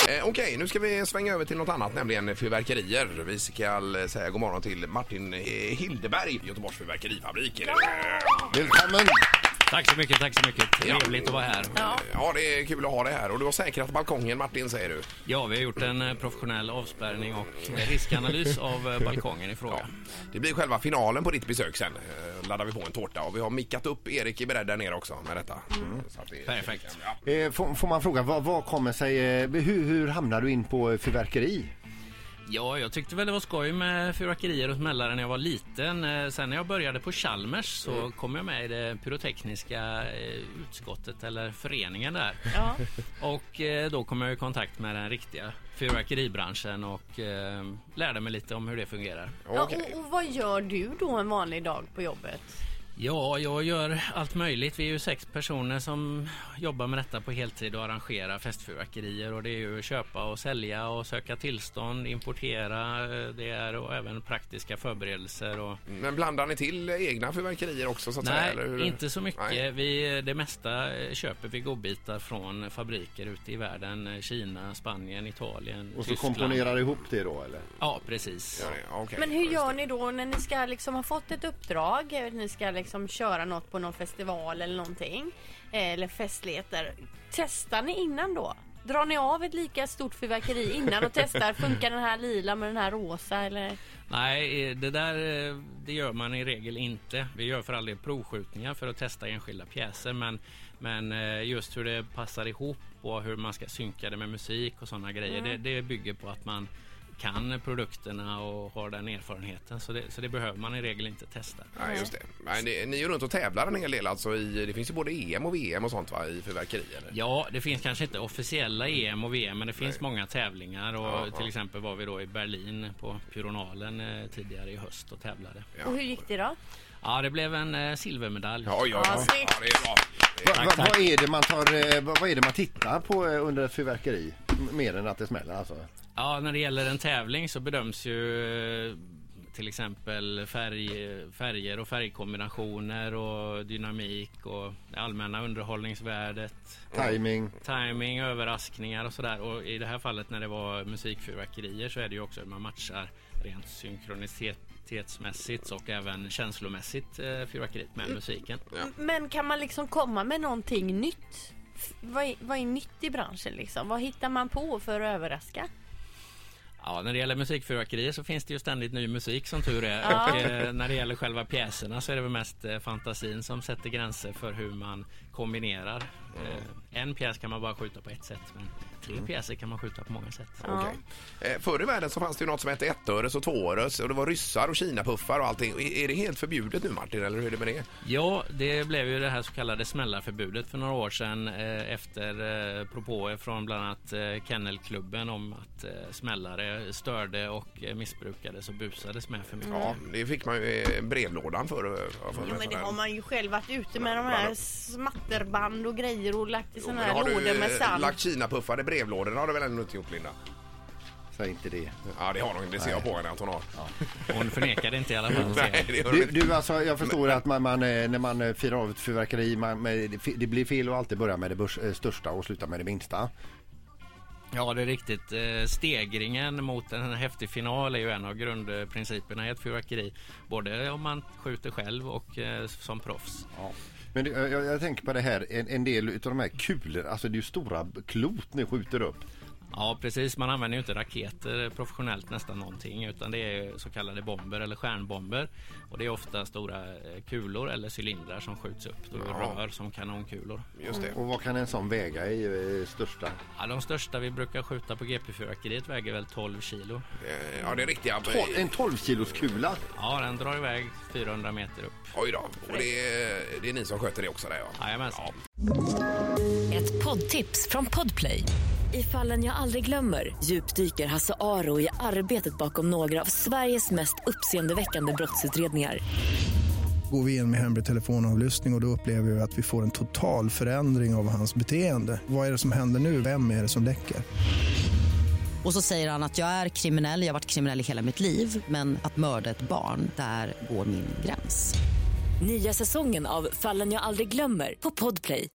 Okej, nu ska vi svänga över till något annat, nämligen fyrverkerier. Vi ska säga god morgon till Martin Hildeberg, Göteborgs fyrverkerifabrik. Välkommen! Tack så mycket, tack så mycket. Trevligt att vara här. Ja, det är kul att ha det här. Och du har säkrat balkongen, Martin, säger du? Ja, vi har gjort en professionell avspärrning och riskanalys av balkongen i fråga. Ja. Det blir själva finalen på ditt besök sen. Laddar vi på en tårta. Och vi har mickat upp Erik är beredd där nere också med detta. Så att det är perfekt. Ja. Får man fråga, vad kommer sig, hur hamnar du in på fyrverkeri? Ja, jag tyckte väl det var skoj med fyrverkerier och smällare när jag var liten. Sen när jag började på Chalmers så kom jag med i det pyrotekniska utskottet eller föreningen där. Ja. Och då kom jag i kontakt med den riktiga fyrverkeribranschen och lärde mig lite om hur det fungerar. Ja, och vad gör du då en vanlig dag på jobbet? Ja, jag gör allt möjligt. Vi är ju 6 personer som jobbar med detta på heltid och arrangerar festfyrverkerier. Och det är ju köpa och sälja och söka tillstånd, importera. Det är och även praktiska förberedelser. Och... Men blandar ni till egna fyrverkerier också så att Nej, säga? Eller? Inte så mycket. Det mesta köper vi godbitar från fabriker ute i världen. Kina, Spanien, Italien, och så Tyskland. komponerar ihop det då, eller? Ja, precis. Ja, okay. Men hur gör ni då när ni ska liksom ha fått ett uppdrag? Ni ska liksom köra något på någon festival eller någonting, eller festligheter. Testar ni innan då? Drar ni av ett lika stort fyrverkeri innan och testar, funkar den här lila med den här rosa eller? Nej, det gör man i regel inte. Vi gör för all del provskjutningar för att testa enskilda pjäser, men just hur det passar ihop och hur man ska synka det med musik och sådana grejer, det bygger på att man kan produkterna och har den erfarenheten, så det behöver man i regel inte testa. Nej, just det. Men ni är runt och tävlar en hel del alltså det finns ju både EM och VM och sånt, va, i fyrverkeri, eller? Ja, det finns kanske inte officiella EM och VM, men det finns många tävlingar och till exempel var vi då i Berlin på Pyronalen tidigare i höst och tävlade. Ja. Och hur gick det då? Ja, det blev en silvermedalj. Ja, det är bra. Vad är det man tittar på under ett fyrverkeri? Mer än att det smäller alltså? Ja, när det gäller en tävling så bedöms ju till exempel färger och färgkombinationer och dynamik och det allmänna underhållningsvärdet. Timing, överraskningar och sådär. Och i det här fallet när det var musikfyrverkerier så är det ju också att man matchar rent synkronicitetsmässigt och även känslomässigt fyrverkeriet med musiken. Ja. Men kan man liksom komma med någonting nytt? Vad är nytt i branschen liksom? Vad hittar man på för att överraska? Ja, när det gäller musikfyrverkerier så finns det ju ständigt ny musik som tur är. Ja. Och när det gäller själva pjäserna så är det väl mest fantasin som sätter gränser för hur man kombinerar. En pjäs kan man bara skjuta på ett sätt, men 3 pjäser kan man skjuta på många sätt. Okay. Förr i världen så fanns det ju något som hette 1-öres och 2-öres och det var ryssar och kinapuffar och allting. Är det helt förbjudet nu, Martin, eller hur är det med det? Ja, det blev ju det här så kallade smällarförbudet för några år sedan efter propåer från bland annat Kennelklubben om att smällare störde och missbrukades och busades med för mycket. Ja, det fick man ju i brevlådan för men det har man ju själv varit ute med de här smatterband och grejer och lagt i sådana här lådor med sand. Lagt kinapuffar i brevlådor har du väl ändå inte gjort, Linda? Säg inte det. Ja, det har hon. Det ser jag på henne att hon har. Ja. Hon förnekar det inte i alla fall. Nej, du alltså, jag förstår att man när man firar av ett fyrverkeri, det blir fel att alltid börja med det största och sluta med det minsta. Ja, det är riktigt. Stegringen mot en häftig final är ju en av grundprinciperna i ett fyrverkeri. Både om man skjuter själv och som proffs. Ja. Men jag tänker på det här, en del av de här kulor, alltså det är ju stora klot ni skjuter upp. Ja, precis. Man använder ju inte raketer professionellt nästan någonting, utan det är så kallade bomber eller stjärnbomber. Och det är ofta stora kulor eller cylindrar som skjuts upp. Då rör som kanonkulor. Just det. Och vad kan en sån väga i största? Ja, de största vi brukar skjuta på GP-fyrverkeriet väger väl 12 kilo. Ja, det är riktigt. En 12 kilos kula? Ja, den drar iväg 400 meter upp. Oj då. Och det är ni som sköter det också där, ja. Jajamensan. Ett poddtips från Podplay. I Fallen jag aldrig glömmer djupdyker Hasse Aro i arbetet bakom några av Sveriges mest uppseendeväckande brottsutredningar. Går vi in med hemlig telefonavlyssning och då upplever vi att vi får en total förändring av hans beteende. Vad är det som händer nu? Vem är det som läcker? Och så säger han att jag är kriminell, jag har varit kriminell i hela mitt liv. Men att mörda ett barn, där går min gräns. Nya säsongen av Fallen jag aldrig glömmer på Podplay.